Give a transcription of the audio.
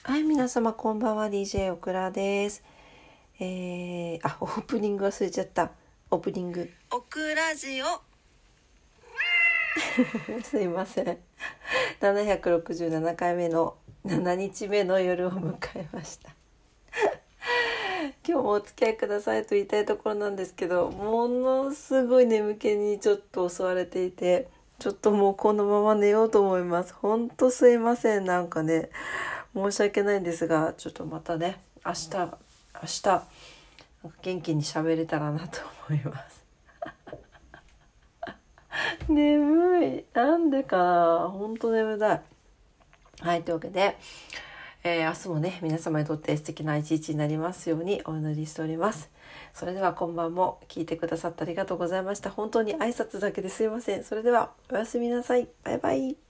はい、皆様こんばんは。 DJ オクラです。オープニング忘れちゃった。オープニングオクラジオすいません。767回目の7日目の夜を迎えました。今日もお付き合いくださいと言いたいところなんですけど、ものすごい眠気にちょっと襲われていて、ちょっともうこのまま寝ようと思います。ほんとすいません。なんかね、申し訳ないんですが、ちょっとまたね、明日なんか元気に喋れたらなと思います。眠い。なんでかな。ほんと眠たい。はい、というわけで、明日もね、皆様にとって素敵な一日になりますようにお祈りしております。それでは今晩も聞いてくださってありがとうございました。本当に挨拶だけですいません。それではおやすみなさい。バイバイ。